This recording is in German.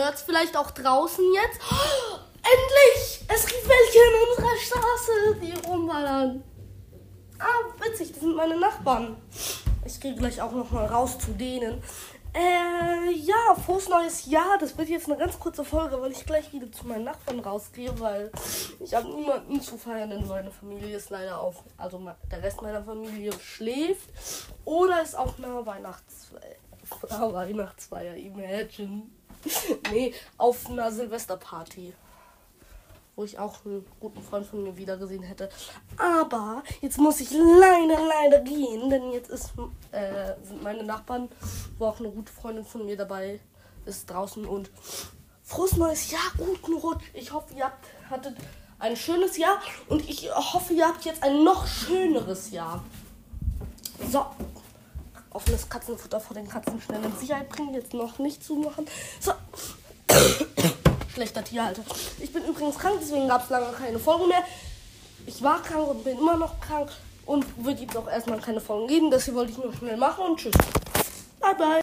hört es vielleicht auch draußen jetzt. Oh, endlich! Es gibt welche in unserer Straße, die rumballern. Ah, witzig, das sind meine Nachbarn. Ich gehe gleich auch noch mal raus zu denen. Ja, frohes neues Jahr. Das wird jetzt eine ganz kurze Folge, weil ich gleich wieder zu meinen Nachbarn rausgehe, weil ich habe niemanden zu feiern, denn meine Familie ist leider auf, also der Rest meiner Familie schläft oder ist auf einer Weihnachtsfeier, imagine. Nee, auf einer Silvesterparty, wo ich auch einen guten Freund von mir wiedergesehen hätte. Aber jetzt muss ich leider gehen, denn jetzt sind meine Nachbarn, wo auch eine gute Freundin von mir dabei ist, draußen. Und frohes neues Jahr, guten Rutsch. Ich hoffe, ihr hattet ein schönes Jahr und ich hoffe, ihr habt jetzt ein noch schöneres Jahr. So, offenes Katzenfutter vor den Katzen schnell in Sicherheit bringen, jetzt noch nicht zumachen. So. Schlechter Tierhalter. Ich bin übrigens krank, deswegen gab es lange keine Folgen mehr. Ich war krank und bin immer noch krank und wird jetzt auch erstmal keine Folgen geben. Das hier wollte ich nur schnell machen und tschüss. Bye, bye.